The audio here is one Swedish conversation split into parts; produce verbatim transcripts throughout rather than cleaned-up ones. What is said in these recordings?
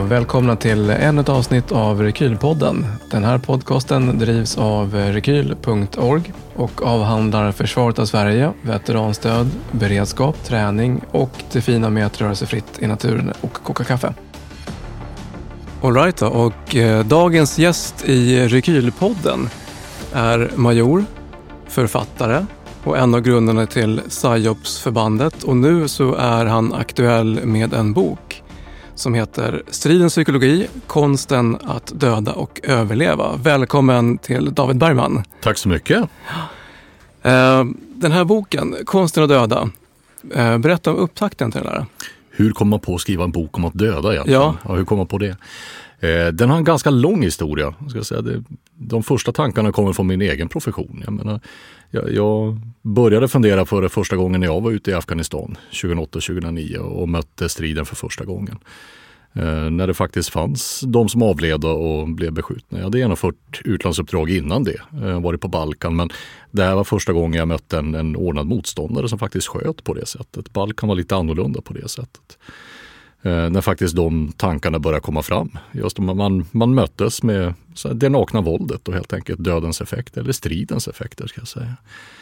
välkomna till ännu ett avsnitt av Rekylpodden. Den här podcasten drivs av rekyl punkt org och avhandlar försvaret av Sverige, veteranstöd, beredskap, träning och det fina med att röra sig fritt i naturen och koka kaffe. All right då, och eh, dagens gäst i Rekylpodden är major, författare och en av grundarna till PsyOps-förbandet, och nu så är han aktuell med en bok som heter Stridens psykologi, konsten att döda och överleva. Välkommen till David Bergman. Tack så mycket. Den här boken, Konsten att döda, berätta om upptakten till den här. Hur kommer man på att skriva en bok om att döda egentligen? Ja. Ja, hur kommer man på det? Den har en ganska lång historia. Ska jag säga. De första tankarna kommer från min egen profession. Jag menar, jag, jag började fundera för det första gången när jag var ute i Afghanistan tjugohundraåtta tjugohundranio och mötte striden för första gången. Eh, när det faktiskt fanns de som avled och blev beskjutna. Jag hade genomfört utlandsuppdrag innan det. Jag varit på Balkan, men det här var första gången jag mötte en, en ordnad motståndare som faktiskt sköt på det sättet. Balkan var lite annorlunda på det sättet. Eh, när faktiskt de tankarna började komma fram. Just man, man, man möttes med så här, det nakna våldet och helt enkelt dödens effekt eller stridens effekter, ska jag säga.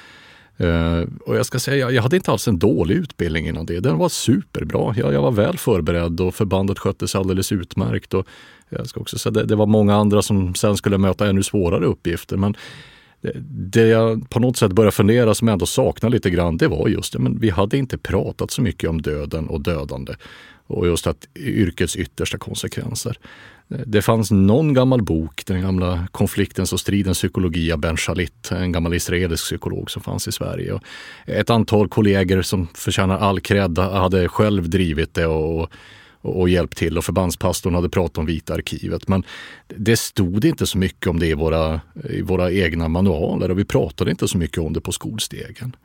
Eh, och jag ska säga, jag, jag hade inte alls en dålig utbildning innan det. Den var superbra. Jag, jag var väl förberedd och förbandet sköttes alldeles utmärkt. Och jag ska också säga, det, det var många andra som sen skulle möta ännu svårare uppgifter. Men det, det jag på något sätt började fundera som jag ändå saknar lite grann, det var just det. Men vi hade inte pratat så mycket om döden och dödande. Och just att yrkets yttersta konsekvenser. Det fanns någon gammal bok, den gamla konfliktens och stridens psykologi av Ben Shalit, en gammal israelisk psykolog som fanns i Sverige. Och ett antal kollegor som förtjänar all cred hade själv drivit det och, och, och hjälpt till. Och förbandspastorn hade pratat om Vita arkivet. Men det stod inte så mycket om det i våra, i våra egna manualer och vi pratade inte så mycket om det på skolstegen.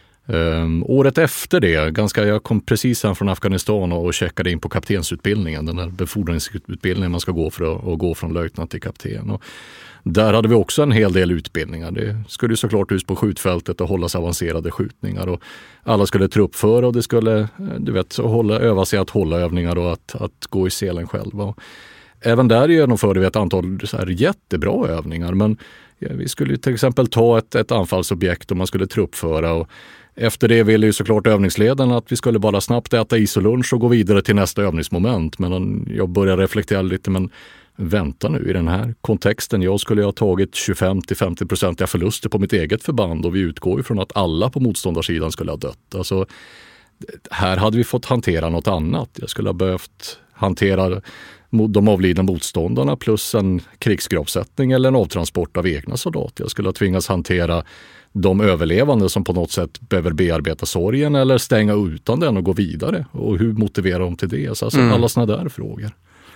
Um, året efter det, ganska, jag kom precis hem från Afghanistan och checkade in på kaptensutbildningen, den där befordringsutbildningen man ska gå för att, att gå från löjtnant till kapten. Och där hade vi också en hel del utbildningar. Det skulle ju såklart ut på skjutfältet och hållas avancerade skjutningar och alla skulle truppföra och det skulle, du vet, hålla, öva sig att hålla övningar och att, att gå i selen själva. Och även där genomförde vi ett antal så här jättebra övningar, men ja, vi skulle till exempel ta ett, ett anfallsobjekt och man skulle truppföra och efter det ville ju såklart övningsledaren att vi skulle bara snabbt äta is och lunch och gå vidare till nästa övningsmoment. Men jag började reflektera lite, men vänta nu i den här kontexten. Jag skulle ha tagit tjugofem till femtio procent förluster på mitt eget förband och vi utgår ju från att alla på motståndarsidan skulle ha dött. Alltså, här hade vi fått hantera något annat. Jag skulle ha behövt hantera de avlidna motståndarna plus en krigsgravsättning eller en avtransport av egna soldater. Jag skulle ha tvingats hantera de överlevande som på något sätt behöver bearbeta sorgen eller stänga utan den och gå vidare. Och hur motiverar de till det? Så alltså mm. alla såna där frågor.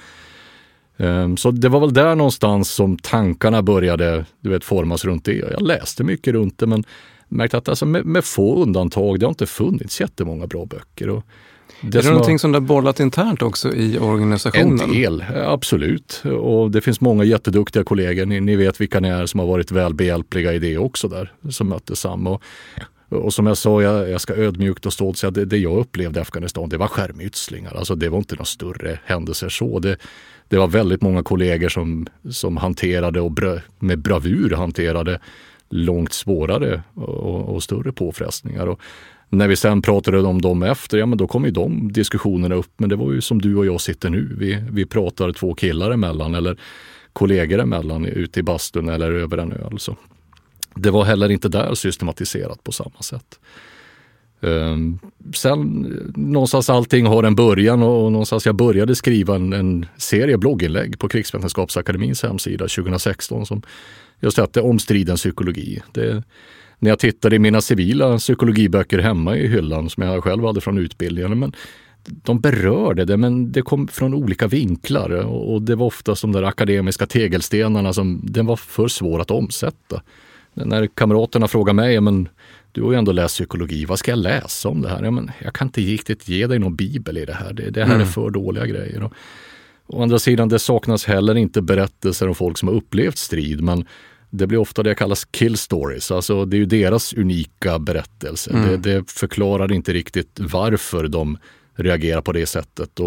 Um, så det var väl där någonstans som tankarna började, du vet, formas runt det. Jag läste mycket runt det, men märkte att alltså med, med få undantag, det har inte funnits jättemånga bra böcker. Och det är det någonting har... som det har bollat internt också i organisationen? En del, absolut. Och det finns många jätteduktiga kollegor. Ni, ni vet vilka ni är som har varit väl behjälpliga i det också där, som mötte samma. Och, och som jag sa, jag, jag ska ödmjukt och stolt säga att det, det jag upplevde i Afghanistan, det var skärmytslingar. Alltså det var inte några större händelser så. Det, det var väldigt många kollegor som, som hanterade och bra, med bravur hanterade långt svårare och, och större påfrestningar. Och när vi sen pratade om dem efter, ja men då kom ju de diskussionerna upp. Men det var ju som du och jag sitter nu. Vi, vi pratar två killar emellan eller kollegor emellan ute i bastun eller över en öl. Så det var heller inte där systematiserat på samma sätt. Um, sen någonstans allting har en början och någonstans jag började skriva en, en serie blogginlägg på Krigsvetenskapsakademins hemsida tjugohundrasexton som just hette om stridens psykologi. Det, när jag tittade i mina civila psykologiböcker hemma i hyllan som jag själv hade från utbildningen, men de berörde det, men det kom från olika vinklar och, och det var oftast de där akademiska tegelstenarna som den var för svår att omsätta. När kamraterna frågar mig, men du har ju ändå läst psykologi, vad ska jag läsa om det här? Ja, men jag kan inte riktigt ge dig någon bibel i det här, det, det här mm. är för dåliga grejer. Och, å andra sidan, det saknas heller inte berättelser om folk som har upplevt strid, men det blir ofta det jag kallas kill stories. Alltså det är ju deras unika berättelse. Mm. Det, det förklarar inte riktigt varför de reagerar på det sättet och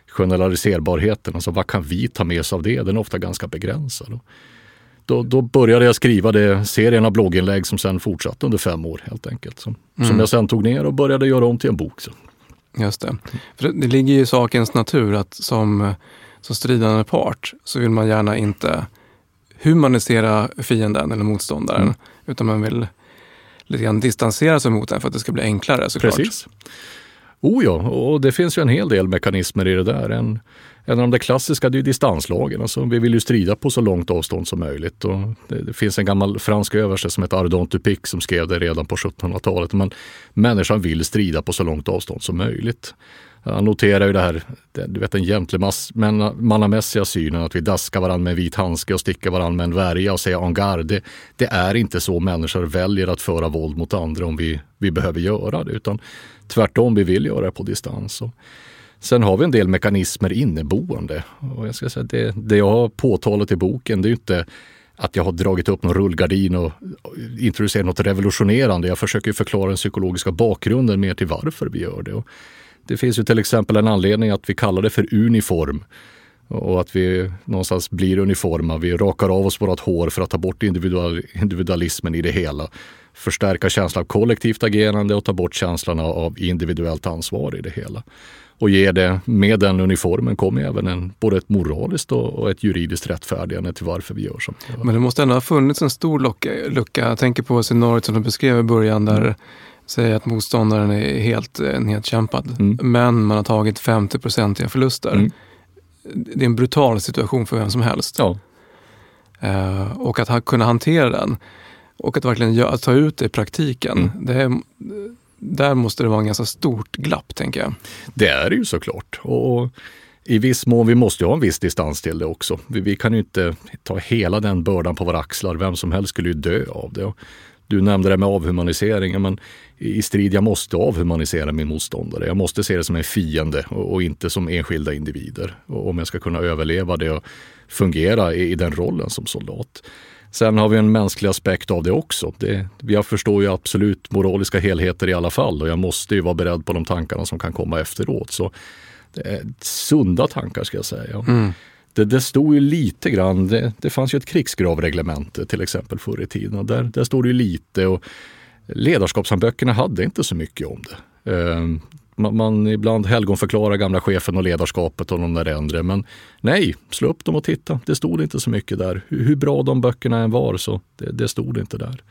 generaliserbarheten, alltså vad kan vi ta med oss av det? Den är ofta ganska begränsad. Då, då började jag skriva det, serien av blogginlägg som sen fortsatte under fem år helt enkelt. Som, mm. som jag sen tog ner och började göra om till en bok. Så. Just det. För det, det ligger ju i sakens natur att som, som stridande part så vill man gärna inte humanisera fienden eller motståndaren, mm. utan man vill lite grann distansera sig mot den för att det ska bli enklare såklart. Precis. Oh ja, och det finns ju en hel del mekanismer i det där. En, en av de där klassiska, det är ju distanslagen. Alltså, vi vill ju strida på så långt avstånd som möjligt. Och det, det finns en gammal fransk översättare som heter Ardon Tupic som skrev det redan på sjuttonhundratalet. Men människan vill strida på så långt avstånd som möjligt. Han noterar ju det här, du vet, den gentlemannamässiga synen att vi daskar varandra med en vit handske och sticker varandra med en värja och säger en garde. Det, det är inte så människor väljer att föra våld mot andra om vi, vi behöver göra det, utan tvärtom, vi vill göra det på distans. Och sen har vi en del mekanismer inneboende. Och jag ska säga, det, det jag har påtalat i boken, det är ju inte att jag har dragit upp någon rullgardin och introducerat något revolutionerande. Jag försöker förklara den psykologiska bakgrunden mer till varför vi gör det. Och det finns ju till exempel en anledning att vi kallar det för uniform och att vi någonstans blir uniforma. Vi rakar av oss vårt hår för att ta bort individual, individualismen i det hela. Förstärka känslan av kollektivt agerande och ta bort känslan av individuellt ansvar i det hela. Och ge det, med den uniformen kommer även en, både ett moraliskt och ett juridiskt rättfärdigande till varför vi gör som vi gör. Men det måste ändå ha funnits en stor lucka. lucka. Jag tänker på scenariot som du beskrev i början där mm. säger att motståndaren är helt nedkämpad. Mm. Men man har tagit femtio procent i förluster. Mm. Det är en brutal situation för vem som helst. Ja. Uh, och att ha, kunna hantera den. Och att verkligen gö- att ta ut det i praktiken. Mm. Det är, där måste det vara en ganska stort glapp, tänker jag. Det är det ju såklart. Och i viss mån, vi måste ju ha en viss distans till det också. Vi, vi kan ju inte ta hela den bördan på våra axlar. Vem som helst skulle ju dö av det. Och du nämnde det med avhumanisering, men i strid jag måste avhumanisera min motståndare. Jag måste se det som en fiende och, och inte som enskilda individer. Och om jag ska kunna överleva det och fungera i, i den rollen som soldat. Sen har vi en mänsklig aspekt av det också. Det, jag förstår ju absolut moraliska helheter i alla fall och jag måste ju vara beredd på de tankarna som kan komma efteråt. Så det är sunda tankar ska jag säga. Mm. Det, det stod ju lite grann, det, det fanns ju ett krigsgravreglemente till exempel förr i tiden. Där, där stod det ju lite och ledarskapshandböckerna hade inte så mycket om det. Eh, man, man ibland helgonförklarar gamla chefen och ledarskapet och de där äldre. Men nej, slå upp dem och titta. Det stod inte så mycket där. Hur, hur bra de böckerna än var så det, det stod inte där.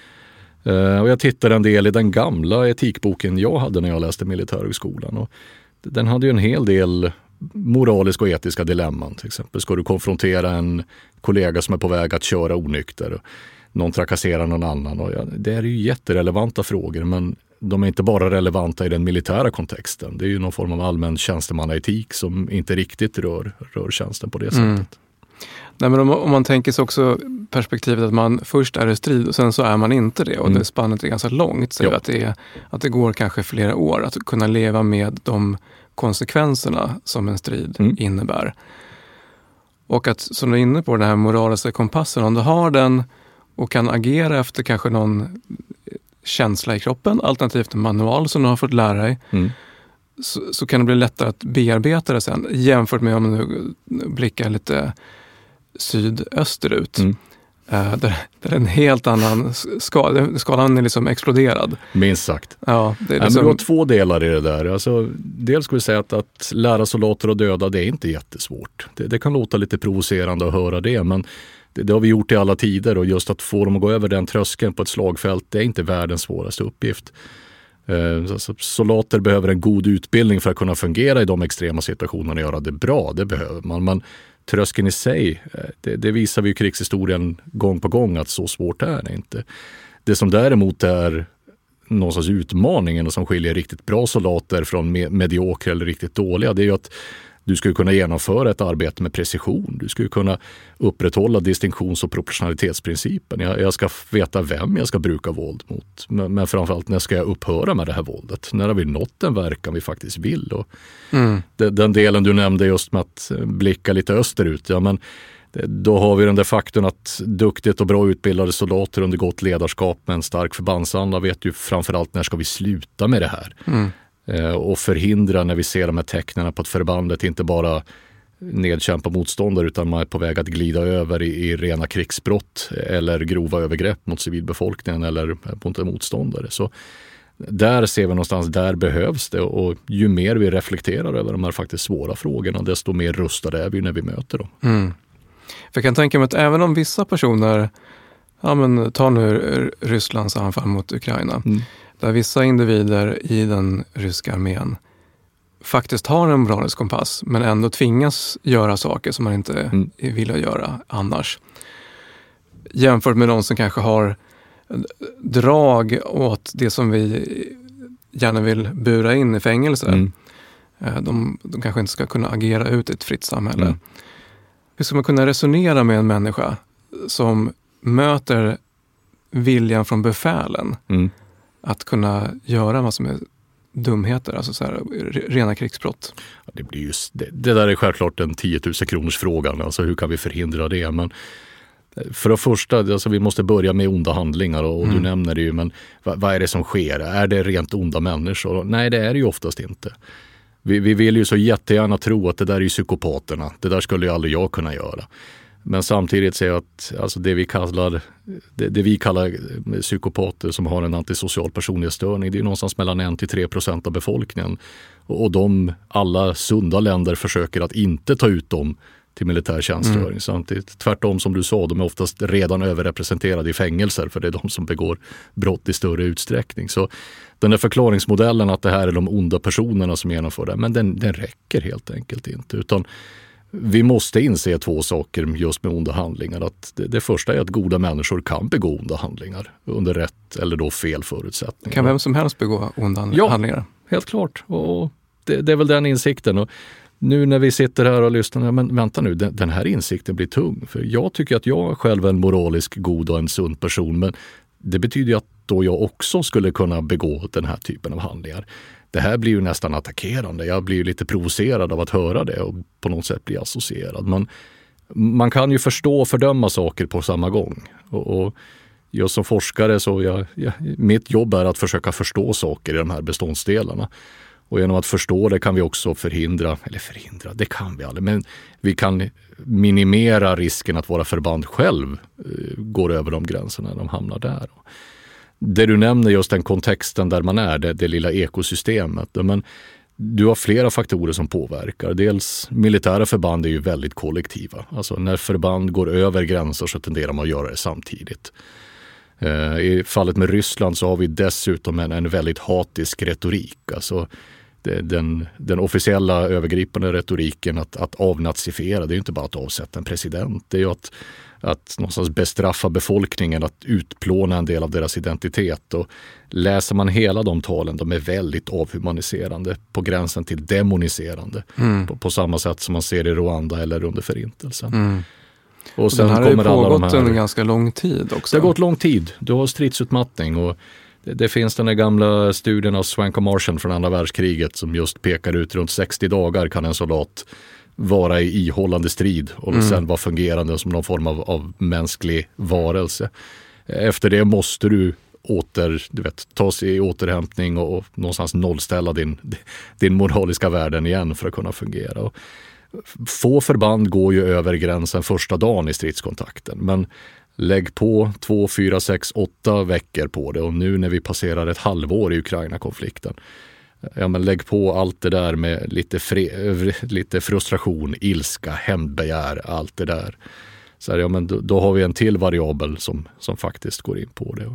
Eh, och jag tittade en del i den gamla etikboken jag hade när jag läste militärhögskolan. Och den hade ju en hel del moraliska och etiska dilemman. Till exempel ska du konfrontera en kollega som är på väg att köra onykter och någon trakasserar någon annan. Och ja, det är ju jätterelevanta frågor, men de är inte bara relevanta i den militära kontexten. Det är ju någon form av allmän tjänstemannaetik som inte riktigt rör, rör tjänsten på det sättet. Mm. Nej, men om, om man tänker sig också perspektivet att man först är i strid och sen så är man inte det och mm. det spannet är ganska långt, så att det, är, att det går kanske flera år att kunna leva med de konsekvenserna som en strid mm. innebär. Och att, som du är inne på, den här moraliska kompassen, om du har den och kan agera efter kanske någon känsla i kroppen, alternativt en manual som du har fått lära dig, mm. så, så kan det bli lättare att bearbeta det sen, jämfört med om du blickar lite sydösterut. Mm. Uh, där, där är en helt annan skala, skalan är liksom exploderad. Minst sagt. Ja, det är liksom... ja, men du har två delar i det där. Alltså, dels skulle jag säga att, att lära soldater att döda, det är inte jättesvårt. Det, det kan låta lite provocerande att höra det, men det, det har vi gjort i alla tider, och just att få dem att gå över den tröskeln på ett slagfält, det är inte världens svåraste uppgift. Uh, alltså, soldater behöver en god utbildning för att kunna fungera i de extrema situationerna och göra det bra, det behöver man. Men tröskeln i sig, det, det visar vi ju krigshistorien gång på gång att så svårt är det inte. Det som däremot är någonstans utmaningen och som skiljer riktigt bra soldater från me- mediokra eller riktigt dåliga, det är ju att du skulle kunna genomföra ett arbete med precision. Du skulle kunna upprätthålla distinktions- och proportionalitetsprincipen. Jag, jag ska veta vem jag ska bruka våld mot. Men, men framförallt, när ska jag upphöra med det här våldet? När har vi nått den verkan vi faktiskt vill? Och mm. det, den delen du nämnde just med att blicka lite österut. Ja, men det, då har vi den där faktorn att duktigt och bra utbildade soldater under gott ledarskap med en stark förbandsanda vet ju framförallt när ska vi sluta med det här. Mm. och förhindra när vi ser de här tecknen på att förbandet inte bara nedkämpa motståndare utan man är på väg att glida över i, i rena krigsbrott eller grova övergrepp mot civilbefolkningen eller mot en motståndare. Så där ser vi någonstans, där behövs det, och ju mer vi reflekterar över de här faktiskt svåra frågorna desto mer rustade är vi när vi möter dem. Mm. För jag kan tänka mig att även om vissa personer, ja men ta nu Rysslands anfall mot Ukraina, mm. där vissa individer i den ryska armén faktiskt har en moralisk kompass men ändå tvingas göra saker som man inte mm. vill göra annars. Jämfört med de som kanske har drag åt det som vi gärna vill bura in i fängelse. Mm. De, de kanske inte ska kunna agera ut i ett fritt samhälle. Mm. Hur ska man kunna resonera med en människa som möter viljan från befälen mm. att kunna göra vad som är dumheter, alltså så här, rena krigsbrott? Det, blir just, det, det där är självklart en tio tusen kronors frågan. Alltså hur kan vi förhindra det? Men för det första, alltså vi måste börja med onda handlingar och, och mm. du nämner det ju, men vad, vad är det som sker? Är det rent onda människor? Nej, det är det ju oftast inte. Vi, vi vill ju så jättegärna tro att det där är ju psykopaterna. Det där skulle ju aldrig jag kunna göra. Men samtidigt säger jag att alltså det, vi kallar, det, det vi kallar psykopater som har en antisocial personlighetsstörning, det är någonstans mellan en till tre procent av befolkningen. Och, och de, alla sunda länder försöker att inte ta ut dem till militär tjänstgöring. Mm. Samtidigt, tvärtom som du sa, de är oftast redan överrepresenterade i fängelser för det är de som begår brott i större utsträckning. Så den där förklaringsmodellen att det här är de onda personerna som genomför det, men den, den räcker helt enkelt inte. Utan vi måste inse två saker just med onda handlingar. Att det, det första är att goda människor kan begå onda handlingar under rätt eller då fel förutsättningar. Kan vem som helst begå onda ja, handlingar? Ja, helt klart. Och det, det är väl den insikten. Och nu när vi sitter här och lyssnar, men vänta nu, den, den här insikten blir tung. För jag tycker att jag själv är en moralisk god och en sund person, men det betyder ju att då jag också skulle kunna begå den här typen av handlingar. Det här blir ju nästan attackerande. Jag blir ju lite provocerad av att höra det och på något sätt bli associerad. Men man kan ju förstå och fördöma saker på samma gång. Och, och jag som forskare, så jag, jag, mitt jobb är att försöka förstå saker i de här beståndsdelarna. Och genom att förstå det kan vi också förhindra, eller förhindra, det kan vi aldrig, men vi kan minimera risken att våra förband själv uh, går över de gränserna när de hamnar där. Det du nämner, just den kontexten där man är, det, det lilla ekosystemet. Men du har flera faktorer som påverkar. Dels militära förband är ju väldigt kollektiva. Alltså när förband går över gränser så tenderar man att göra det samtidigt. Eh, I fallet med Ryssland så har vi dessutom en, en väldigt hatisk retorik. Alltså det, den, den officiella övergripande retoriken att, att avnazifiera, det är ju inte bara att avsätta en president. Det är ju att att någonstans bestraffa befolkningen, att utplåna en del av deras identitet. Och läser man hela de talen, de är väldigt avhumaniserande, på gränsen till demoniserande. Mm. På, på samma sätt som man ser i Rwanda eller under förintelsen. Mm. Och, och sen den här kommer har ju pågått alla de här, en ganska lång tid också. Det har gått lång tid. Du har stridsutmattning och det, det finns den där gamla studien av Swanko Martian från andra världskriget som just pekar ut runt sextio dagar kan en soldat vara i ihållande strid och mm. sen vara fungerande som någon form av, av mänsklig varelse. Efter det måste du åter, du vet, ta sig i återhämtning och, och någonstans nollställa din, din moraliska värden igen för att kunna fungera. Och få förband går ju över gränsen första dagen i stridskontakten, men lägg på två, fyra, sex, åtta veckor på det, och nu när vi passerar ett halvår i Ukraina-konflikten, ja, men lägg på allt det där med lite, fre, lite frustration, ilska, hämndbegär, allt det där. Så här, ja, men då, då har vi en till variabel som, som faktiskt går in på det.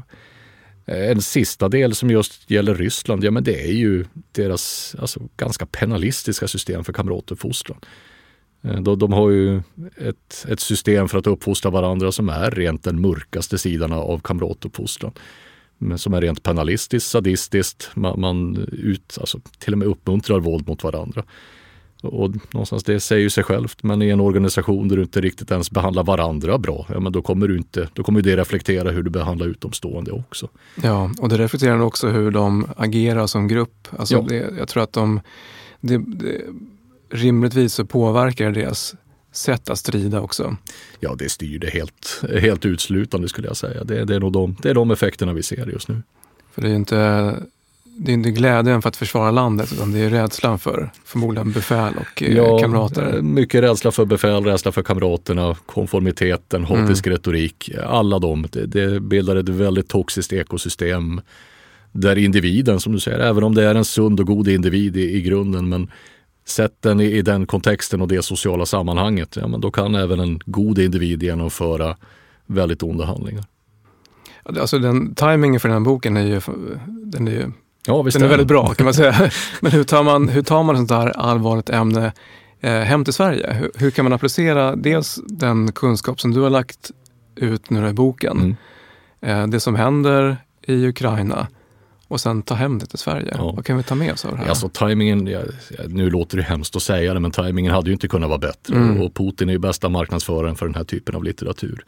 En sista del som just gäller Ryssland, ja men det är ju deras alltså, ganska penalistiska system för kamratupfostran. De, de har ju ett, ett system för att uppfostra varandra som är rent den mörkaste sidan av kamratupfostran. Som är rent penalistiskt, sadistiskt, man, man ut, alltså, till och med uppmuntrar våld mot varandra. Och någonstans det säger ju sig självt, men i en organisation där du inte riktigt ens behandlar varandra bra, ja, men då kommer du inte, då kommer det reflektera hur du behandlar utomstående också. Ja, och det reflekterar också hur de agerar som grupp. Alltså ja. det, jag tror att de det, det, rimligtvis så påverkar deras sätt att strida också. Ja, det styr det helt, helt utslutande skulle jag säga. Det, det, är nog de, det är de effekterna vi ser just nu. För det är ju inte det är inte glädjen för att försvara landet, utan det är rädslan för förmodligen befäl och eh, ja, kamrater. Mycket rädsla för befäl, rädsla för kamraterna, konformiteten, hatisk mm. retorik. Alla de, det, det bildar ett väldigt toxiskt ekosystem där individen, som du säger, även om det är en sund och god individ i, i grunden, men sätt den i, i den kontexten och det sociala sammanhanget, ja, men då kan även en god individ genomföra väldigt onda handlingar. Alltså den timingen för den här boken är ju, den är ju ja, visst den är är väldigt bra, kan man säga. Men hur tar man, hur tar man ett sånt här allvarligt ämne eh, hem till Sverige? Hur, hur kan man applicera dels den kunskap som du har lagt ut nu i boken, mm. eh, det som händer i Ukraina, och sen ta hem det till Sverige? Ja. Vad kan vi ta med oss av det här? Alltså timingen, ja, nu låter det hemskt att säga det, men timingen hade ju inte kunnat vara bättre. Mm. Och Putin är ju bästa marknadsföraren för den här typen av litteratur.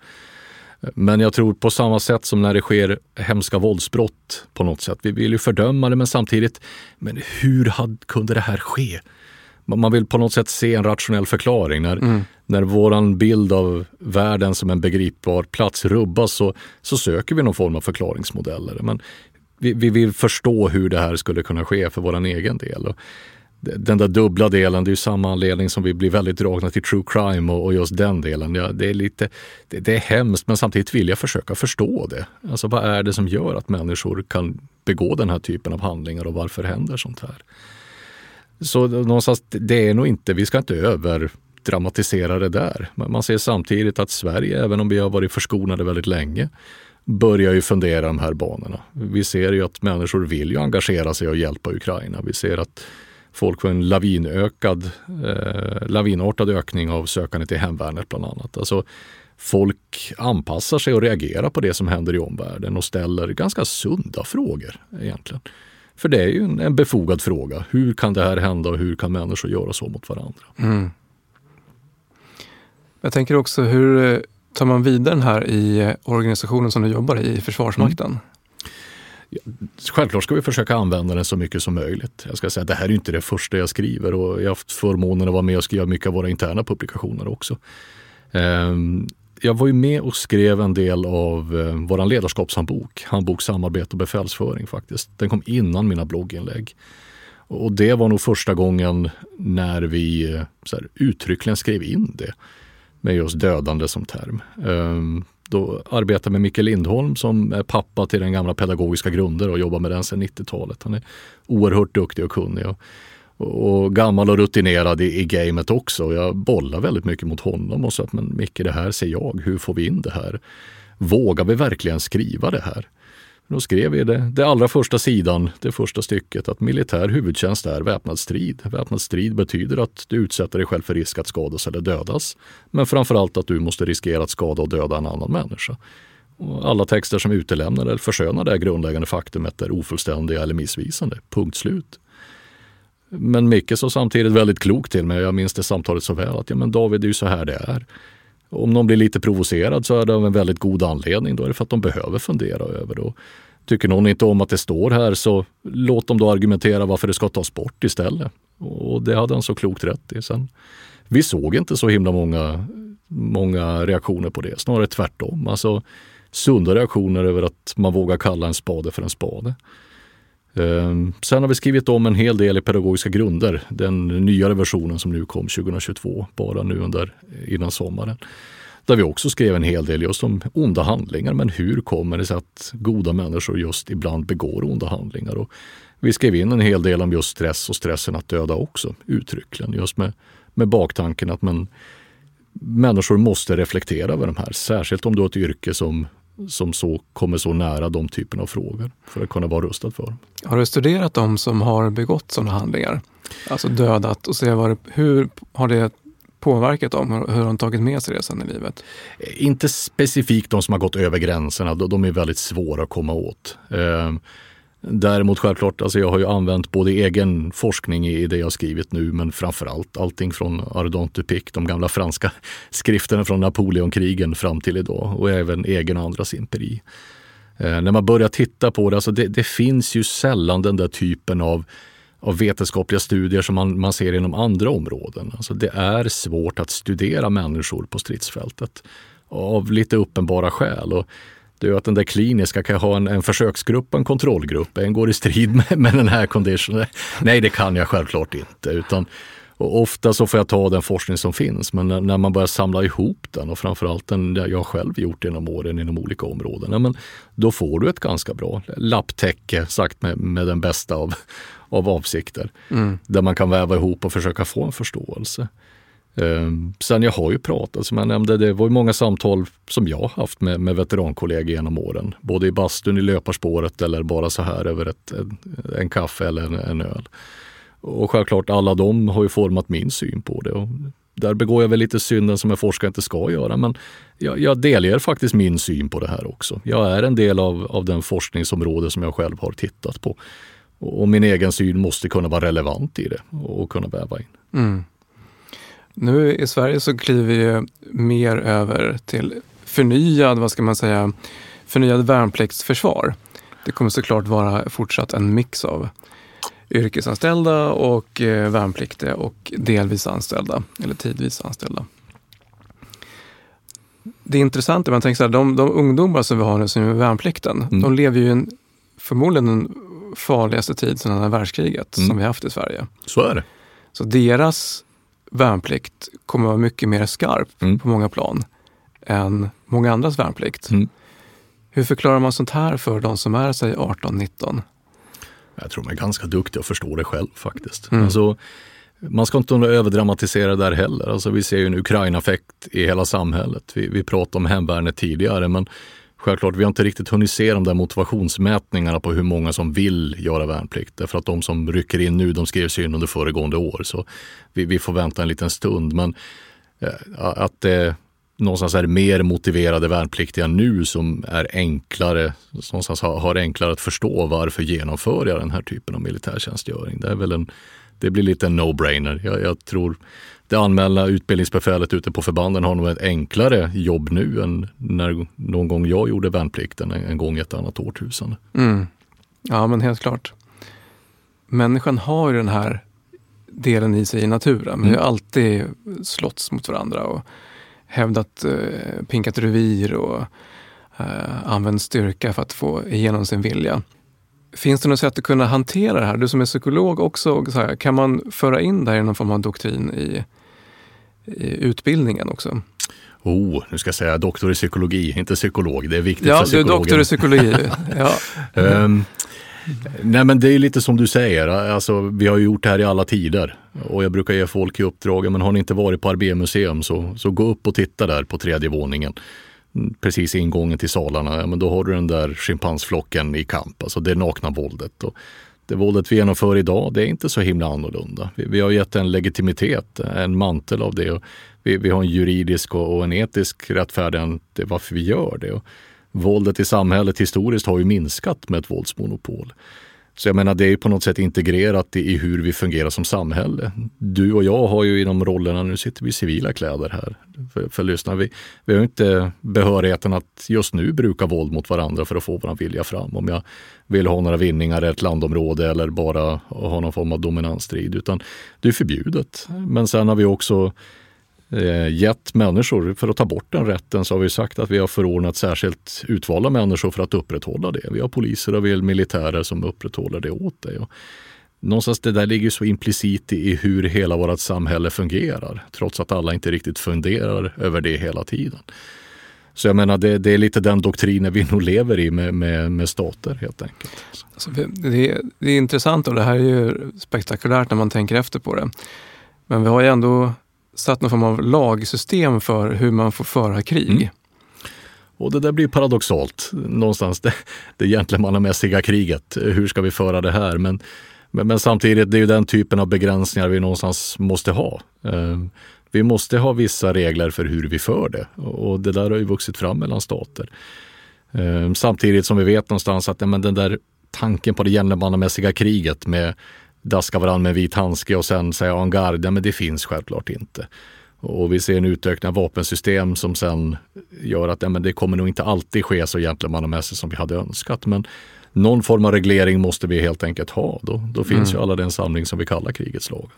Men jag tror på samma sätt som när det sker hemska våldsbrott på något sätt. Vi vill ju fördöma det, men samtidigt, men hur hade, kunde det här ske? Man vill på något sätt se en rationell förklaring. När, mm. när våran bild av världen som en begripbar plats rubbas, så, så söker vi någon form av förklaringsmodeller. Men vi, vi vill förstå hur det här skulle kunna ske för våran egen del. Och den där dubbla delen, det är ju samma anledning som vi blir väldigt dragna till true crime och, och just den delen. Ja, det är lite, det, det är hemskt, men samtidigt vill jag försöka förstå det. Alltså vad är det som gör att människor kan begå den här typen av handlingar och varför händer sånt här? Så någonstans, det är nog inte, vi ska inte överdramatisera det där. Men man ser samtidigt att Sverige, även om vi har varit förskonade väldigt länge, börjar ju fundera de här banorna. Vi ser ju att människor vill ju engagera sig och hjälpa Ukraina. Vi ser att folk får en lavinökad, eh, lavinartad ökning av sökande till hemvärnet bland annat. Alltså folk anpassar sig och reagerar på det som händer i omvärlden och ställer ganska sunda frågor egentligen. För det är ju en, en befogad fråga. Hur kan det här hända och hur kan människor göra så mot varandra? Mm. Jag tänker också, hur tar man vidare den här i organisationen som du jobbar i, i Försvarsmakten? Mm. Ja, självklart ska vi försöka använda den så mycket som möjligt. Jag ska säga att det här är inte det första jag skriver, och jag har haft förmånen att vara med och skriva mycket av våra interna publikationer också. Jag var ju med och skrev en del av vår ledarskapshandbok, handbok samarbete och befälsföring faktiskt. Den kom innan mina blogginlägg. Och det var nog första gången när vi så här, uttryckligen skrev in det med just dödande som term. Då arbetar med Micke Lindholm som är pappa till den gamla pedagogiska grunder och jobbar med den sedan nittiotalet. Han är oerhört duktig och kunnig och, och gammal och rutinerad i, i gamet också. Och jag bollar väldigt mycket mot honom och sa att men Micke, det här ser jag. Hur får vi in det här? Vågar vi verkligen skriva det här? Då skrev vi det, det allra första sidan, det första stycket, att militär huvudtjänst är väpnad strid. Väpnad strid betyder att du utsätter dig själv för risk att skadas eller dödas. Men framförallt att du måste riskera att skada och döda en annan människa. Och alla texter som utelämnar eller förskönar det grundläggande faktumet är ofullständiga eller missvisande. Punkt slut. Men Micke sa samtidigt väldigt klokt till mig, jag minns det samtalet så väl, att ja men David, det är ju så här det är. Om någon blir lite provocerad så är det av en väldigt god anledning. Då är det för att de behöver fundera över det. Och tycker någon inte om att det står här, så låt dem då argumentera varför det ska tas bort istället. Och det hade han så klokt rätt i. Sen, vi såg inte så himla många, många reaktioner på det. Snarare tvärtom. Alltså sunda reaktioner över att man vågar kalla en spade för en spade. Um, sen har vi skrivit om en hel del i pedagogiska grunder, den nyare versionen som nu kom tjugohundratjugotvå, bara nu under innan sommaren, där vi också skrev en hel del just om onda handlingar, men hur kommer det sig att goda människor just ibland begår onda handlingar, och vi skrev in en hel del om just stress och stressen att döda också, uttryckligen, just med, med baktanken att man, människor måste reflektera över de här, särskilt om du har ett yrke som som så kommer så nära de typen av frågor för att kunna vara rustad för. Har du studerat de som har begått sådana handlingar? Alltså dödat, och se vad det, hur har det påverkat dem? Hur har de tagit med sig det sen i livet? Inte specifikt de som har gått över gränserna. De är väldigt svåra att komma åt. Däremot självklart, alltså jag har ju använt både egen forskning i det jag har skrivit nu, men framförallt allting från Ardent du Picq, de gamla franska skrifterna från Napoleonkrigen fram till idag, och även egen och andras empiri. Eh, när man börjar titta på det, alltså det, det finns ju sällan den där typen av, av vetenskapliga studier som man, man ser inom andra områden. Alltså det är svårt att studera människor på stridsfältet av lite uppenbara skäl, och Det är ju att den där kliniska kan ha en, en försöksgrupp, en kontrollgrupp. En går i strid med, med den här conditionen. Nej, det kan jag självklart inte. Utan, och ofta så får jag ta den forskning som finns. Men när, när man börjar samla ihop den och framförallt den jag själv gjort genom åren inom olika områden. Ja, men då får du ett ganska bra lapptäcke sagt med, med den bästa av, av avsikter. Mm. Där man kan väva ihop och försöka få en förståelse. Um, sen jag har ju pratat, som jag nämnde, det var ju många samtal som jag har haft med, med veterankollegor genom åren. Både i bastun, i löparspåret eller bara så här över ett, en, en kaffe eller en, en öl. Och självklart alla de har ju format min syn på det. Och där begår jag väl lite synden som en forskare inte ska göra. Men jag, jag delger faktiskt min syn på det här också. Jag är en del av, av den forskningsområde som jag själv har tittat på. Och, och min egen syn måste kunna vara relevant i det och, och kunna väva in. Mm. Nu i Sverige så kliver vi ju mer över till förnyad, vad ska man säga, förnyad värnpliktsförsvar. Det kommer såklart vara fortsatt en mix av yrkesanställda och eh, värnpliktiga och delvis anställda eller tidvis anställda. Det är intressant att man tänker så här, de, de ungdomar som vi har nu som är värnplikten, mm. de lever ju en, förmodligen den farligaste tid sedan andra världskriget mm. som vi har haft i Sverige. Så är det. Så deras värnplikt kommer vara mycket mer skarp mm. på många plan än många andras värnplikt. Mm. Hur förklarar man sånt här för de som är, säg arton nitton? Jag tror man är ganska duktig att förstå det själv faktiskt. Mm. Alltså, man ska inte överdramatisera det där heller. Alltså, vi ser ju en Ukraina-effekt i hela samhället. Vi, vi pratade om hemvärnet tidigare, men självklart vi har inte riktigt hunnit se de där motivationsmätningarna på hur många som vill göra värnplikt. Därför att de som rycker in nu, de skrevs in under föregående år. Så vi, vi får vänta en liten stund. Men eh, att det eh, någonstans är mer motiverade värnpliktiga nu som är enklare, någonstans har, har enklare att förstå varför genomför jag den här typen av militärtjänstgöring. Det är väl en, det blir lite en no-brainer. Jag, jag tror det anmälda utbildningsbefälet ute på förbanden har nog ett enklare jobb nu än när någon gång jag gjorde värnplikten en, en gång i ett annat årtusende. Mm. Ja, men helt klart. Människan har ju den här delen i sig i naturen. Vi har alltid slåtts mot varandra och hävdat, eh, pinkat revir och eh, använt styrka för att få igenom sin vilja. Finns det något sätt att kunna hantera det här? Du som är psykolog också, så här, kan man föra in det här i någon form av doktrin i, i utbildningen också? Oh, nu ska jag säga doktor i psykologi, inte psykolog. Det är viktigt ja, för psykologen. Ja, du är doktor i psykologi. ja. um, nej, men det är lite som du säger. Alltså, vi har ju gjort det här i alla tider. Och jag brukar ge folk i uppdrag, men har ni inte varit på Arbemuseum så, så gå upp och titta där på tredje våningen. Precis ingången till salarna, ja, men då har du den där schimpansflocken i kamp. Alltså det nakna våldet. Och det våldet vi genomför idag, det är inte så himla annorlunda. Vi, vi har gett en legitimitet, en mantel av det. Och vi, vi har en juridisk och, och en etisk rättfärdighet till varför vi gör det. Och våldet i samhället historiskt har ju minskat med ett våldsmonopol. Så jag menar, det är på något sätt integrerat i, i hur vi fungerar som samhälle. Du och jag har ju inom rollerna, nu sitter vi i civila kläder här för, för lyssna. Vi, vi har ju inte behörigheten att just nu bruka våld mot varandra för att få vår vilja fram. Om jag vill ha några vinningar i ett landområde eller bara ha någon form av dominansstrid. Utan det är förbjudet. Men sen har vi också eh, gett människor, för att ta bort den rätten så har vi sagt att vi har förordnat särskilt utvalda människor för att upprätthålla det. Vi har poliser och vi har militärer som upprätthåller det åt dig. Och någonstans det där ligger så implicit i hur hela vårt samhälle fungerar, trots att alla inte riktigt funderar över det hela tiden. Så jag menar, det, det är lite den doktrinen vi nog lever i med, med, med stater helt enkelt. Alltså, det, är, det är intressant och det här är ju spektakulärt när man tänker efter på det. Men vi har ju ändå satt någon form av lagsystem för hur man får föra krig. Mm. Och det där blir paradoxalt. Någonstans det, det gentlemannamässiga kriget. Hur ska vi föra det här? Men, men, men samtidigt, det är ju den typen av begränsningar vi någonstans måste ha. Uh, vi måste ha vissa regler för hur vi för det. Och det där har ju vuxit fram mellan stater. Uh, samtidigt som vi vet någonstans att ja, men den där tanken på det gentlemannamässiga kriget med daska varandra med vit handske och sen säga en garde, ja, men det finns självklart inte. Och vi ser en utökning av vapensystem som sen gör att ja, men det kommer nog inte alltid ske så gentlemannamässigt som vi hade önskat. Men någon form av reglering måste vi helt enkelt ha. Då, då finns mm. ju alla den samling som vi kallar krigets lagar.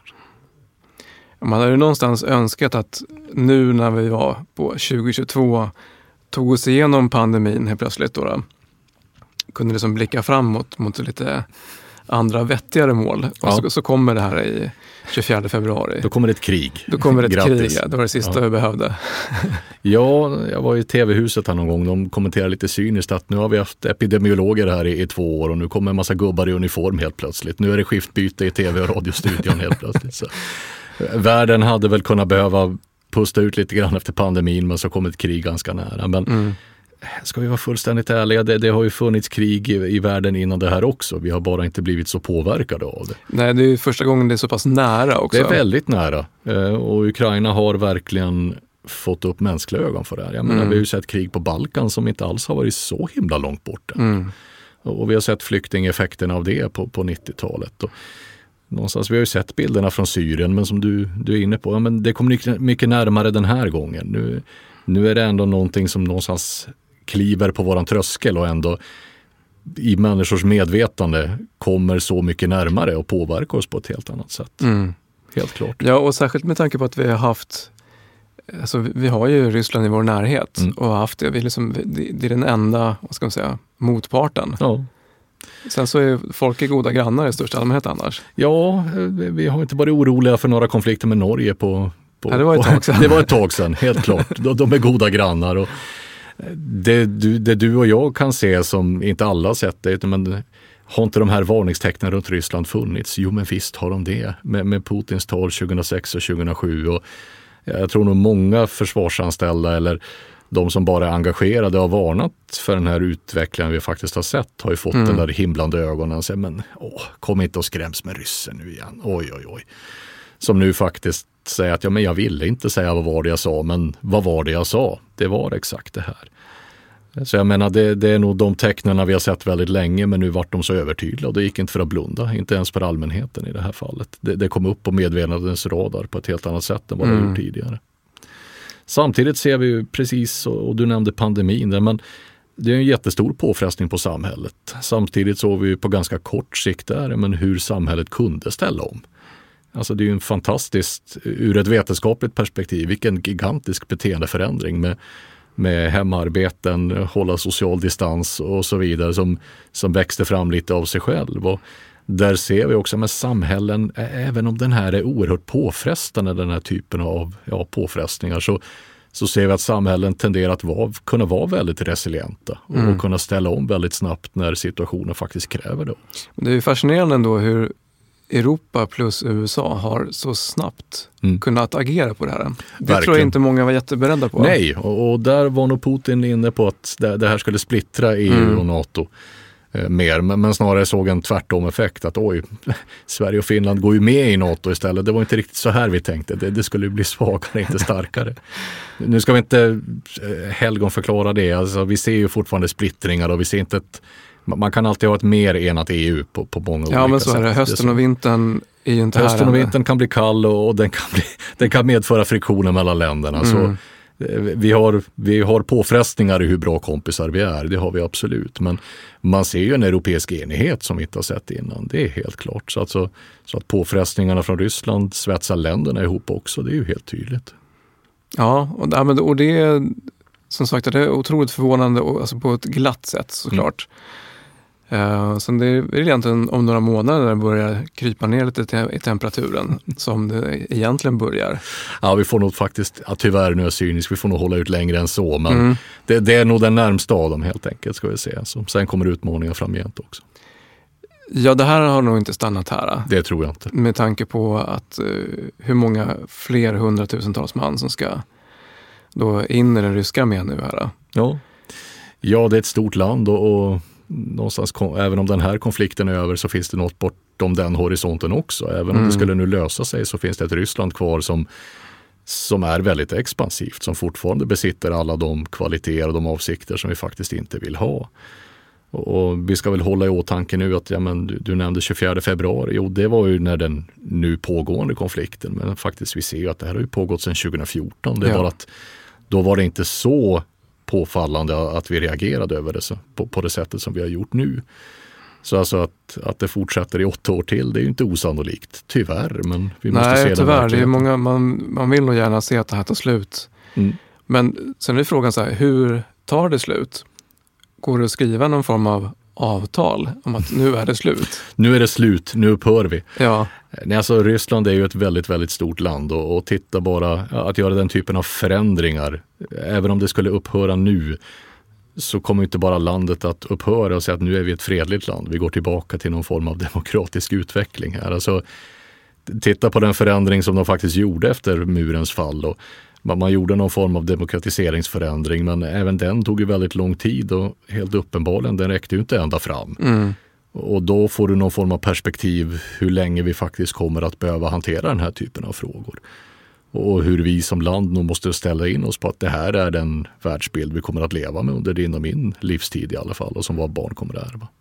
Man hade ju någonstans önskat att nu när vi var på tjugo tjugotvå tog oss igenom pandemin helt plötsligt då, då kunde liksom blicka framåt mot lite andra vettigare mål. Och ja. så, så kommer det här i tjugofjärde februari. Då kommer det ett krig. Då kommer det ett Grattis. krig, ja. Det var det sista ja. vi behövde. Ja, jag var i tv-huset här någon gång. De kommenterar lite cyniskt att nu har vi haft epidemiologer här i, i två år och nu kommer en massa gubbar i uniform helt plötsligt. Nu är det skiftbyte i tv- och radiostudion helt plötsligt. Så. Världen hade väl kunnat behöva pusta ut lite grann efter pandemin, men så kom ett krig ganska nära. Men mm. ska vi vara fullständigt ärliga, det, det har ju funnits krig i, i världen innan det här också. Vi har bara inte blivit så påverkade av det. Nej, det är ju första gången det är så pass nära också. Det är väldigt nära. Och Ukraina har verkligen fått upp mänskliga ögon för det här. Jag menar, mm. vi har ju sett krig på Balkan som inte alls har varit så himla långt borta. Mm. Och vi har sett flyktingeffekterna av det på, på nittiotalet. Och någonstans, vi har ju sett bilderna från Syrien, men som du, du är inne på, ja, men det kommer mycket närmare den här gången. Nu, nu är det ändå någonting som någonstans kliver på våran tröskel och ändå i människors medvetande kommer så mycket närmare och påverkar oss på ett helt annat sätt. Mm. Helt klart. Ja, och särskilt med tanke på att vi har haft, alltså vi har ju Ryssland i vår närhet mm. och har haft det, vi liksom, det är den enda, vad ska man säga, motparten. Ja. Sen så är folk goda grannar i största allmänhet annars. Ja, vi har inte varit oroliga för några konflikter med Norge på... på ja, det var ett tag sedan. Det var ett tag sedan, helt klart. De, de är goda grannar och det du, det du och jag kan se som inte alla har sett det, men har inte de här varningstecknen runt Ryssland funnits? Jo, men visst har de det. Med, med Putins tal tjugohundrasex och tjugohundrasju och jag tror nog många försvarsanställda eller de som bara är engagerade och har varnat för den här utvecklingen vi faktiskt har sett har ju fått mm. den där himlande ögonen och säger, men åh, kom inte och skräms med ryssen nu igen. Oj, oj, oj. Som nu faktiskt säger att ja, men jag ville inte säga vad var det jag sa, men vad var det jag sa? Det var exakt det här. Så jag menar, det, det är nog de tecknen vi har sett väldigt länge, men nu vart de så övertydliga och det gick inte för att blunda, inte ens för allmänheten i det här fallet. Det, det kom upp på medvetandets radar på ett helt annat sätt än vad det mm. gjort tidigare. Samtidigt ser vi ju precis, och du nämnde pandemin, där men det är en jättestor påfrestning på samhället. Samtidigt såg vi ju på ganska kort sikt där, men hur samhället kunde ställa om. Alltså det är ju en fantastiskt, ur ett vetenskapligt perspektiv, vilken gigantisk beteendeförändring med, med hemarbeten, hålla social distans och så vidare som, som växte fram lite av sig själv. Och där ser vi också med samhällen, även om den här är oerhört påfrestande, den här typen av ja, påfrestningar, så, så ser vi att samhällen tenderar att vara, kunna vara väldigt resilienta och mm. kunna ställa om väldigt snabbt när situationen faktiskt kräver det. Det är ju fascinerande ändå hur Europa plus U S A har så snabbt mm. kunnat agera på det här. Det Verkligen. Tror jag inte många var jätteberedda på. Nej, och, och där var nog Putin inne på att det, det här skulle splittra E U mm. och NATO eh, mer. Men, men snarare såg en tvärtom-effekt att oj, Sverige och Finland går ju med i NATO istället. Det var inte riktigt så här vi tänkte. Det, det skulle bli svagare, inte starkare. Nu ska vi inte eh, helgonförklara det. Alltså, vi ser ju fortfarande splittringar och vi ser inte ett man kan alltid ha ett mer enat E U på, på många olika sätt. Ja, men så är det. Hösten och vintern är ju inte här. Hösten och vintern kan bli kall och den kan, bli, den kan medföra friktioner mellan länderna. Mm. Så vi har, vi har påfrestningar i hur bra kompisar vi är, det har vi absolut. Men man ser ju en europeisk enighet som vi inte har sett innan, det är helt klart. Så att, så, så att påfrestningarna från Ryssland svetsar länderna ihop också, det är ju helt tydligt. Ja, och, och det är som sagt det är otroligt förvånande och, alltså på ett glatt sätt såklart. Mm. Uh, så det är egentligen om några månader när det börjar krypa ner lite te- i temperaturen som det egentligen börjar. Ja, vi får nog faktiskt, ja, tyvärr nu är jag cynisk, vi får nog hålla ut längre än så, men mm. det, det är nog den närmsta av dem helt enkelt, ska vi säga. Så, sen kommer utmaningar framgent också. Ja, det här har nog inte stannat här. Det tror jag inte. Med tanke på att uh, hur många fler hundratusentals man som ska då in i den ryska armén nu här. Ja. ja, det är ett stort land och, och någonstans, även om den här konflikten är över så finns det något bortom den horisonten också. Även om mm. det skulle nu lösa sig så finns det ett Ryssland kvar som, som är väldigt expansivt, som fortfarande besitter alla de kvaliteter och de avsikter som vi faktiskt inte vill ha. Och, och vi ska väl hålla i åtanke nu att ja, men du, du nämnde tjugofjärde februari, jo det var ju när den nu pågående konflikten, men faktiskt vi ser ju att det här har ju pågått sedan tjugohundrafjorton. Det är ja. bara att då var det inte så påfallande att vi reagerade över det så, på, på det sättet som vi har gjort nu. Så alltså att, att det fortsätter i åtta år till, det är ju inte osannolikt, tyvärr. Men vi måste Nej, se tyvärr. Det är många, man, man vill nog gärna se att det här tar slut. Mm. Men sen är frågan så här, hur tar det slut? Går det att skriva någon form av avtal om att nu är det slut? Nu är det slut, nu upphör vi. Ja. Nej, alltså Ryssland är ju ett väldigt, väldigt stort land och, och titta bara att göra den typen av förändringar, även om det skulle upphöra nu, så kommer inte bara landet att upphöra och säga att nu är vi ett fredligt land. Vi går tillbaka till någon form av demokratisk utveckling här. Alltså, titta på den förändring som de faktiskt gjorde efter murens fall. Och man gjorde någon form av demokratiseringsförändring, men även den tog ju väldigt lång tid och helt uppenbarligen, den räckte ju inte ända fram. Mm. Och då får du någon form av perspektiv hur länge vi faktiskt kommer att behöva hantera den här typen av frågor. Och hur vi som land nog måste ställa in oss på att det här är den världsbild vi kommer att leva med under din och min livstid i alla fall, och som våra barn kommer att ärva.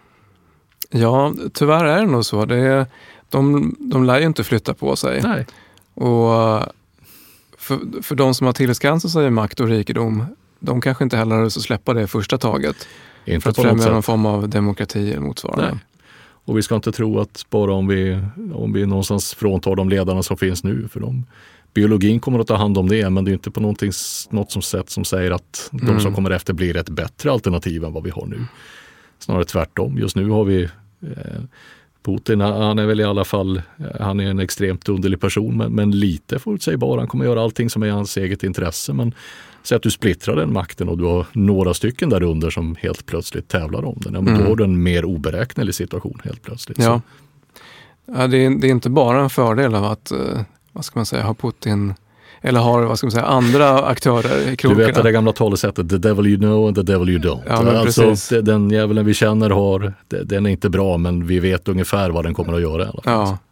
Ja, tyvärr är det nog så. Det är, de, de lär ju inte flytta på sig. Nej. Och för, för de som har tillskansat sig makt och rikedom, de kanske inte heller har lust att släppa det första taget. Inte för att på främja något någon sätt. form av demokrati eller motsvarande. Nej. Och vi ska inte tro att bara om vi, om vi någonstans fråntar de ledarna som finns nu, för de, biologin kommer att ta hand om det, men det är inte på någonting, något som sätt som säger att de Mm. som kommer efter blir ett bättre alternativ än vad vi har nu. Snarare tvärtom. Just nu har vi eh, Putin, han är väl i alla fall, han är en extremt underlig person, men, men lite förutsägbar. Han kommer göra allting som är hans eget intresse, men så att du splittrar den makten och du har några stycken där under som helt plötsligt tävlar om den. Ja, men Mm. då har du en mer oberäknelig situation helt plötsligt. Ja. Så. Ja, det, är, det är inte bara en fördel av att, eh, vad ska man säga, ha Putin, eller har, vad ska man säga, andra aktörer i Du krokarna. vet det gamla talesättet, the devil you know and the devil you don't. Ja, men alltså, precis. det, den djävulen vi känner har, det, den är inte bra, men vi vet ungefär vad den kommer att göra i alla fall. Ja.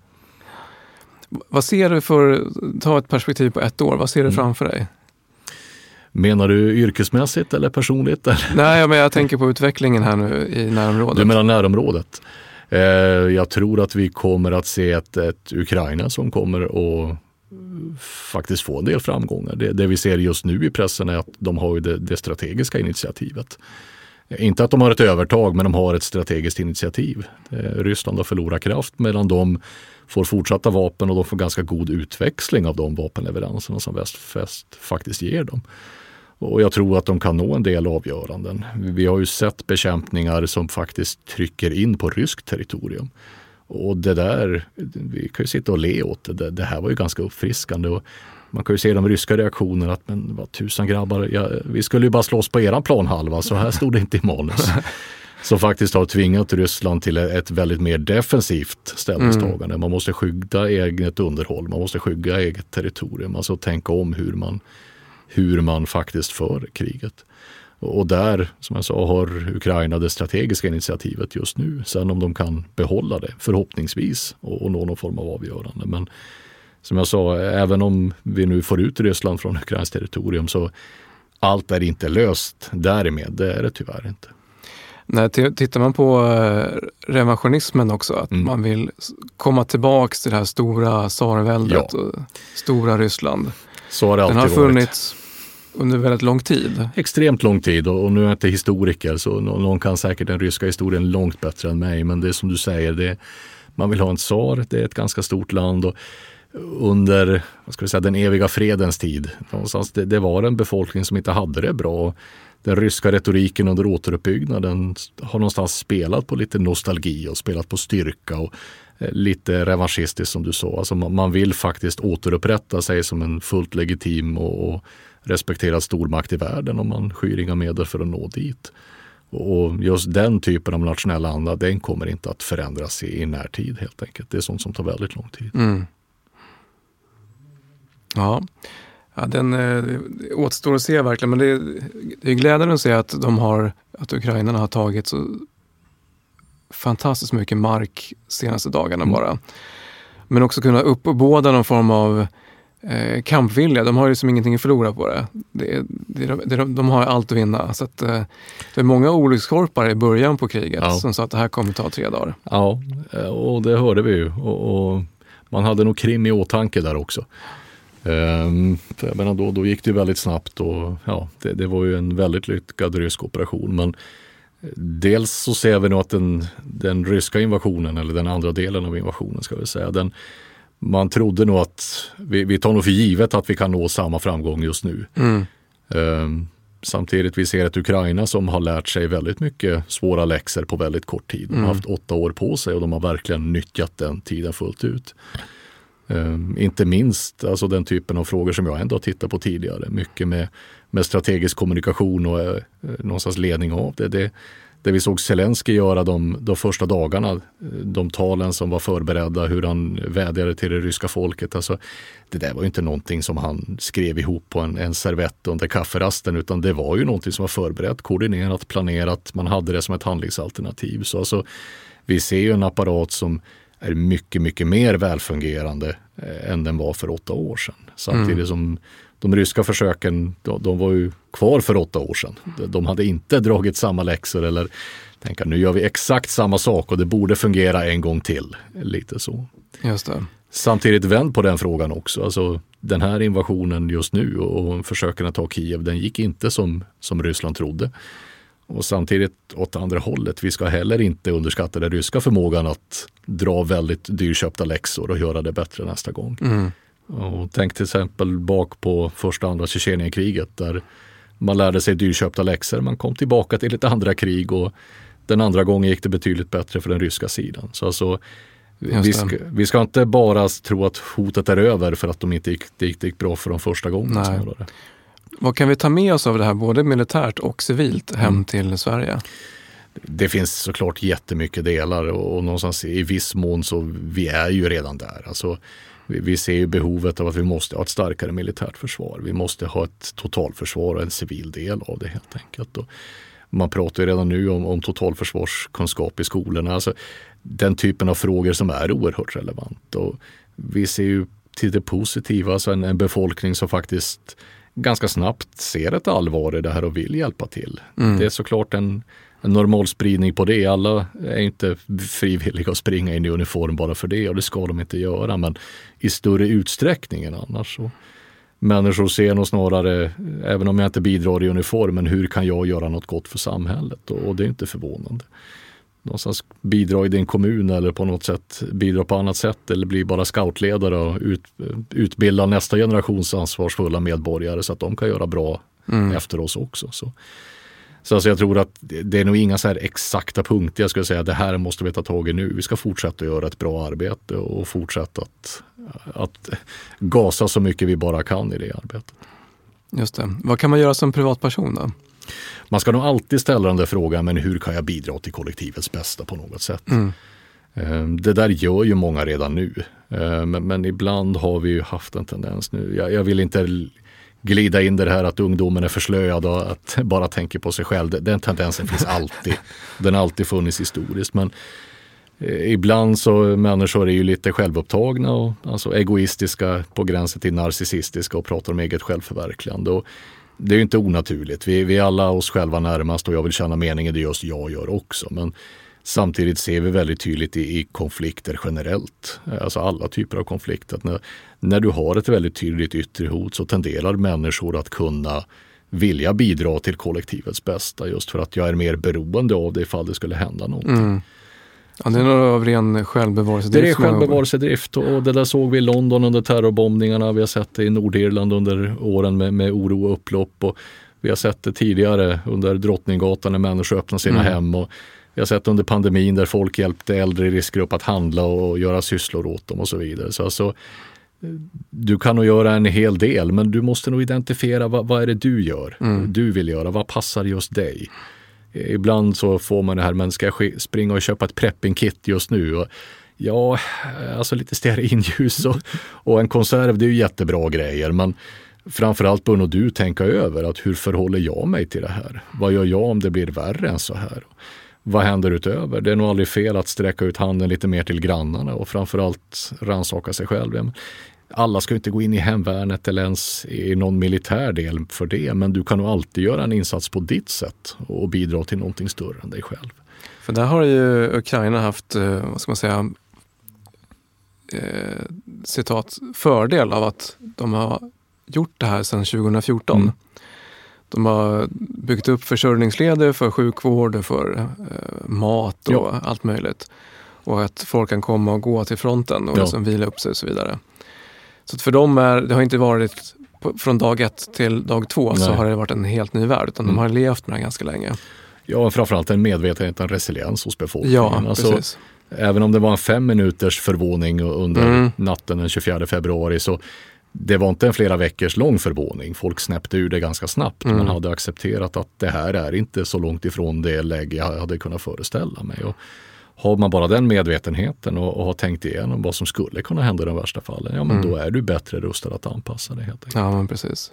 Vad ser du för, ta ett perspektiv på ett år, vad ser du Mm. framför dig? Menar du yrkesmässigt eller personligt? Eller? Nej, men jag tänker på utvecklingen här nu i närområdet. Du menar närområdet? Eh, jag tror att vi kommer att se ett, ett Ukraina som kommer att faktiskt få en del framgångar. Det, det vi ser just nu i pressen är att de har ju det, det strategiska initiativet. Inte att de har ett övertag, men de har ett strategiskt initiativ. Eh, Ryssland har förlorat kraft medan de får fortsatta vapen och de får ganska god utväxling av de vapenleveranserna som västfäst faktiskt ger dem. Och jag tror att de kan nå en del avgöranden. Vi har ju sett bekämpningar som faktiskt trycker in på ryskt territorium. Och det där, vi kan ju sitta och le åt det. Det, det här var ju ganska uppfriskande. Och man kan ju se de ryska reaktionerna att men vad tusan grabbar, ja, vi skulle ju bara slåss på eran planhalva, så här stod det inte i manus. Som faktiskt har tvingat Ryssland till ett väldigt mer defensivt ställningstagande. Mm. Man måste skydda eget underhåll, man måste skydda eget territorium, alltså tänka om hur man, hur man faktiskt för kriget. Och där, som jag sa, har Ukraina det strategiska initiativet just nu. Sen om de kan behålla det, förhoppningsvis, och, och nå någon form av avgörande. Men som jag sa, även om vi nu får ut Ryssland från Ukrains territorium, så allt är inte löst därmed. Det är det tyvärr inte. Nej, t- tittar man på uh, revanschismen också, att mm. man vill komma tillbaka till det här stora tsarväldet ja. och stora Ryssland. Så har det alltid Den har varit. funnits under väldigt lång tid. Extremt lång tid, och, och nu är jag inte historiker, så någon kan säkert den ryska historien långt bättre än mig, men det är som du säger, det, man vill ha en tsar, det är ett ganska stort land, och under, vad ska vi säga, den eviga fredens tid någonstans, det, det var en befolkning som inte hade det bra. Den ryska retoriken under återuppbyggnaden har någonstans spelat på lite nostalgi och spelat på styrka och lite revanschistiskt som du sa. Alltså man, man vill faktiskt återupprätta sig som en fullt legitim och, och respekterad stormakt i världen, och man skyr inga medel för att nå dit. Och just den typen av nationella anda, den kommer inte att förändras i, i närtid helt enkelt. Det är sånt som tar väldigt lång tid. Mm. Ja, ja den eh, återstår att se verkligen, men det, det är glädjande att se att de har, att ukrainarna har tagit så fantastiskt mycket mark senaste dagarna mm. bara. Men också kunna uppbåda någon form av eh, kampvilja. De har ju som ingenting att förlora på det. det, det, det de, de har allt att vinna. Så att, eh, det är många olyckskorpar i början på kriget ja. som sa att det här kommer ta tre dagar. Ja, och det hörde vi ju. Och, och man hade nog Krim i åtanke där också. Um, för jag menar, då, då gick det väldigt snabbt, och ja, det, det var ju en väldigt lyckad rysk operation. Men dels så ser vi nu att den, den ryska invasionen, eller den andra delen av invasionen ska vi säga, den, man trodde nog att vi, vi tar nog för givet att vi kan nå samma framgång just nu. Mm. Um, Samtidigt vi ser ett Ukraina som har lärt sig väldigt mycket svåra läxor på väldigt kort tid. De har mm. haft åtta år på sig och de har verkligen nyttjat den tiden fullt ut. Um, inte minst alltså den typen av frågor som jag ändå har tittat på tidigare. Mycket med, med strategisk kommunikation och eh, någonstans ledning av det. det. Det vi såg Zelensky göra de, de första dagarna, de talen som var förberedda, hur han vädjade till det ryska folket. Alltså, det där var ju inte någonting som han skrev ihop på en, en servett under kafferasten, utan det var ju någonting som var förberett, koordinerat, planerat. Man hade det som ett handlingsalternativ. Så alltså, vi ser ju en apparat som är mycket, mycket mer välfungerande eh, än den var för åtta år sedan. Samtidigt mm. som de ryska försöken, de, de var ju kvar för åtta år sedan. De hade inte dragit samma läxor eller tänka nu gör vi exakt samma sak och det borde fungera en gång till. Lite så. Just det. Samtidigt vänd på den frågan också. Alltså, den här invasionen just nu och försöken att ta Kiev, den gick inte som, som Ryssland trodde. Och samtidigt åt andra hållet, vi ska heller inte underskatta den ryska förmågan att dra väldigt dyrköpta läxor och göra det bättre nästa gång. Mm. Och tänk till exempel bak på första och andra Tjetjenienkriget där man lärde sig dyrköpta läxor. Man kom tillbaka till ett andra krig och den andra gången gick det betydligt bättre för den ryska sidan. Så alltså, vi ska, vi ska inte bara tro att hotet är över för att de inte gick, det gick, det gick bra för de första gången. Vad kan vi ta med oss av det här, både militärt och civilt, hem mm. till Sverige? Det finns såklart jättemycket delar och någonstans i viss mån så vi är ju redan där. Alltså, vi, vi ser ju behovet av att vi måste ha ett starkare militärt försvar. Vi måste ha ett totalförsvar och en civil del av det helt enkelt. Och man pratar ju redan nu om, om totalförsvarskunskap i skolorna. Alltså, den typen av frågor som är oerhört relevant. Och vi ser ju till det positiva, alltså en, en befolkning som faktiskt ganska snabbt ser ett allvar i det här och vill hjälpa till. Mm. Det är såklart en, en normal spridning på det. Alla är inte frivilliga att springa in i uniform bara för det och det ska de inte göra. Men i större utsträckning än annars så. Människor ser nog snarare, även om jag inte bidrar i uniformen, hur kan jag göra något gott för samhället? Och, och det är inte förvånande. Någonstans bidra i din kommun eller på något sätt bidra på annat sätt eller bli bara scoutledare och ut, utbilda nästa generations ansvarsfulla medborgare så att de kan göra bra mm. efter oss också. Så, så alltså jag tror att det är nog inga så här exakta punkter jag skulle säga det här måste vi ta tag i nu. Vi ska fortsätta göra ett bra arbete och fortsätta att, att gasa så mycket vi bara kan i det arbetet. Just det. Vad kan man göra som privatperson då? Man ska nog alltid ställa den där frågan, men hur kan jag bidra till kollektivets bästa på något sätt? Mm. Det där gör ju många redan nu. Men, men ibland har vi ju haft en tendens nu. Jag, jag vill inte glida in det här att ungdomen är förslöad och att bara tänker på sig själv. Den tendensen finns alltid. Den har alltid funnits historiskt. Men ibland så människor är ju lite självupptagna och alltså egoistiska på gränsen till narcissistiska och pratar om eget självförverkligande. Och det är ju inte onaturligt. Vi, vi är alla oss själva närmast och jag vill känna meningen, det just jag gör också. Men samtidigt ser vi väldigt tydligt i, i konflikter generellt. Alltså alla typer av konflikter. Att när, när du har ett väldigt tydligt yttre hot så tenderar människor att kunna vilja bidra till kollektivets bästa. Just för att jag är mer beroende av det ifall det skulle hända någonting. Mm. Ja, det är nog av ren självbevarelsedrift. Det är självbevarelsedrift och det där såg vi i London under terrorbombningarna. Vi har sett det i Nordirland under åren med, med oro och upplopp. Och vi har sett det tidigare under Drottninggatan när människor öppnar sina mm. hem. Och vi har sett under pandemin där folk hjälpte äldre i riskgrupp att handla och göra sysslor åt dem och så vidare. Så alltså, du kan nog göra en hel del, men du måste nog identifiera vad, vad är det du gör. Mm. Du vill göra, vad passar just dig? Ibland så får man det här, men ska jag springa och köpa ett prepping-kit just nu? Och ja, alltså lite stearinljus och, och en konserv, det är ju jättebra grejer. Men framförallt bör nog du tänka över att hur förhåller jag mig till det här? Vad gör jag om det blir värre än så här? Vad händer utöver? Det är nog aldrig fel att sträcka ut handen lite mer till grannarna och framförallt rannsaka sig själv. Alla ska inte gå in i hemvärnet eller ens i någon militär del för det, men du kan nog alltid göra en insats på ditt sätt och bidra till någonting större än dig själv. För där har ju Ukraina haft, vad ska man säga, eh, citat, fördel av att de har gjort det här sedan tjugo fjorton. Mm. De har byggt upp försörjningsleder för sjukvård, för eh, mat och ja. allt möjligt. Och att folk kan komma och gå till fronten och ja. liksom vila upp sig och så vidare. Så för dem är, det har inte varit på, från dag ett till dag två Nej. så har det varit en helt ny värld, utan mm. de har levt med det ganska länge. Ja, framförallt en medvetenhet, en resiliens hos befolkningen. Ja, alltså, precis. Även om det var en fem minuters förvåning under mm. natten den tjugofjärde februari, så det var inte en flera veckors lång förvåning. Folk snäppte ur det ganska snabbt. Mm. Man hade accepterat att det här är inte så långt ifrån det läge jag hade kunnat föreställa mig. Och har man bara den medvetenheten och, och har tänkt igenom vad som skulle kunna hända i de värsta fallen, ja men mm. då är du bättre rustad att anpassa det helt enkelt. Ja, men precis.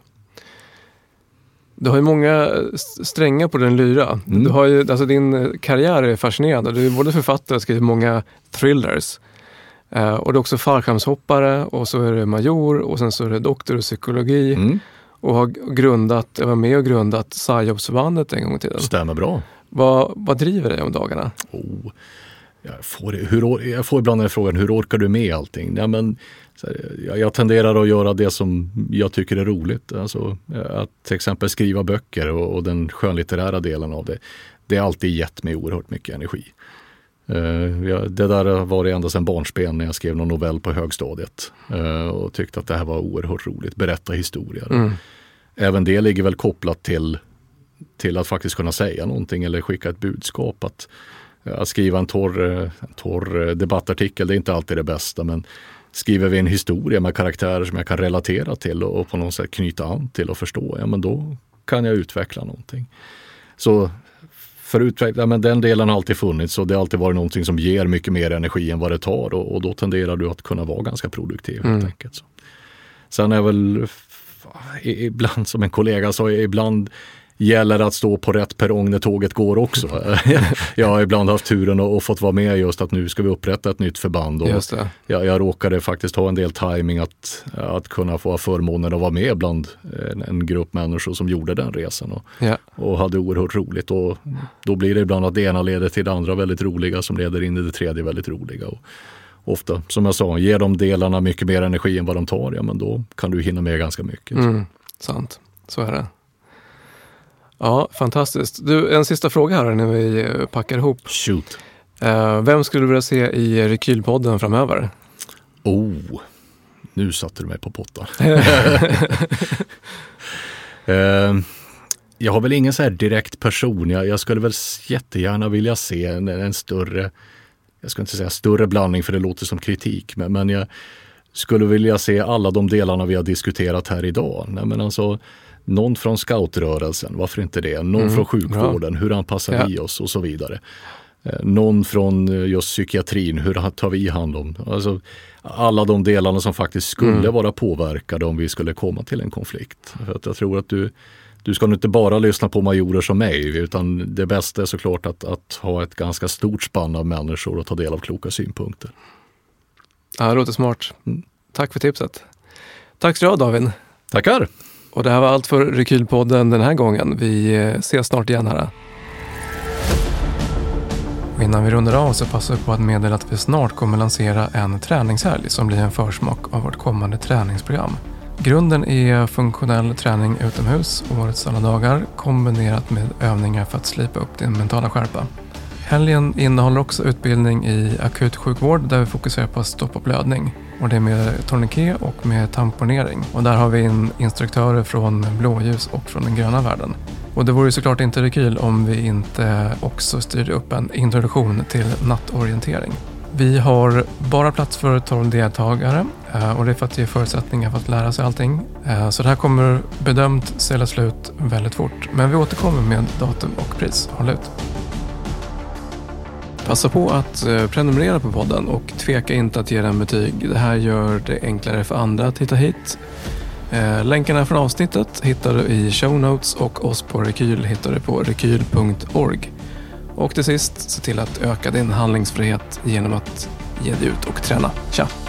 Du har ju många strängar på din lyra. Mm. Du har ju, alltså din karriär är fascinerande. Du är både författare och skriver många thrillers. Uh, och du är också fallskärmshoppare, och så är du major, och sen så är du doktor i psykologi. Mm. Och har grundat, jag var med och grundat psyopsförbandet en gång i tiden. Stämmer bra. Vad, vad driver dig om dagarna? Oh, jag, får, hur, jag får ibland den frågan, hur orkar du med allting? Ja, men, så här, jag, jag tenderar att göra det som jag tycker är roligt. Alltså, att till exempel skriva böcker och, och den skönlitterära delen av det. Det har alltid gett mig oerhört mycket energi. Uh, det där var det ända sedan barnsben när jag skrev någon novell på högstadiet. Uh, och tyckte att det här var oerhört roligt. Berätta historier. Mm. Även det ligger väl kopplat till, till att faktiskt kunna säga någonting eller skicka ett budskap. Att, att skriva en torr, en torr debattartikel, det är inte alltid det bästa, men skriver vi en historia med karaktärer som jag kan relatera till och, och på något sätt knyta an till och förstå, ja men då kan jag utveckla någonting. Så för utveckla, men den delen har alltid funnits, och det har alltid varit någonting som ger mycket mer energi än vad det tar, och, och då tenderar du att kunna vara ganska produktiv helt mm. enkelt. Så. Sen är väl ibland, som en kollega sa, ibland gäller att stå på rätt perrong när tåget går också. Jag har ibland haft turen och, och fått vara med just att nu ska vi upprätta ett nytt förband. Och just det. Jag, jag råkade faktiskt ha en del timing att, att kunna få förmånen att vara med bland en, en grupp människor som gjorde den resan och, ja. och hade oerhört roligt. Och då blir det ibland att det ena leder till det andra väldigt roliga som leder in i det tredje väldigt roliga. Och ofta, som jag sa, ger de delarna mycket mer energi än vad de tar, ja men då kan du hinna med ganska mycket. Mm, sant, så är det. Ja, fantastiskt. Du, en sista fråga här när vi packar ihop. Shoot. Uh, vem skulle du vilja se i Rekylpodden framöver? Oh, nu satte du mig på pottan. uh, jag har väl ingen så här direkt person. Jag, jag skulle väl jättegärna vilja se en, en större, jag ska inte säga större blandning för det låter som kritik, men, men jag skulle vilja se alla de delarna vi har diskuterat här idag. Nej, men alltså, någon från scoutrörelsen, varför inte det? Någon mm, från sjukvården, ja. Hur anpassar ja. vi oss och så vidare. Någon från just psykiatrin, hur tar vi hand om? Alltså, alla de delarna som faktiskt skulle mm. vara påverkade om vi skulle komma till en konflikt. För att jag tror att du, du ska inte bara lyssna på majorer som mig, utan det bästa är såklart att, att ha ett ganska stort spann av människor och ta del av kloka synpunkter. Ja, det låter smart. Mm. Tack för tipset. Tack så du ha, David. Tackar. Och det här var allt för Rekylpodden den här gången. Vi ses snart igen här. Och innan vi rundar av så passar vi på att meddela att vi snart kommer lansera en träningshelg som blir en försmak av vårt kommande träningsprogram. Grunden är funktionell träning utomhus årets alla dagar kombinerat med övningar för att slipa upp din mentala skärpa. Helgen innehåller också utbildning i akutsjukvård där vi fokuserar på att stoppa blödning. Och det är med tourniquet och med tamponering. Och där har vi in instruktörer från blåljus och från den gröna världen. Och det vore ju såklart inte rekyl om vi inte också styrde upp en introduktion till nattorientering. Vi har bara plats för tolv deltagare och det är för att ge förutsättningar för att lära sig allting. Så det här kommer bedömt sälja slut väldigt fort. Men vi återkommer med datum och pris. Håll ut! Passa på att prenumerera på podden och tveka inte att ge den betyg. Det här gör det enklare för andra att hitta hit. Länkarna från avsnittet hittar du i show notes och oss på Rekyl hittar du på rekyl punkt org. Och till sist, se till att öka din handlingsfrihet genom att ge dig ut och träna. Tja!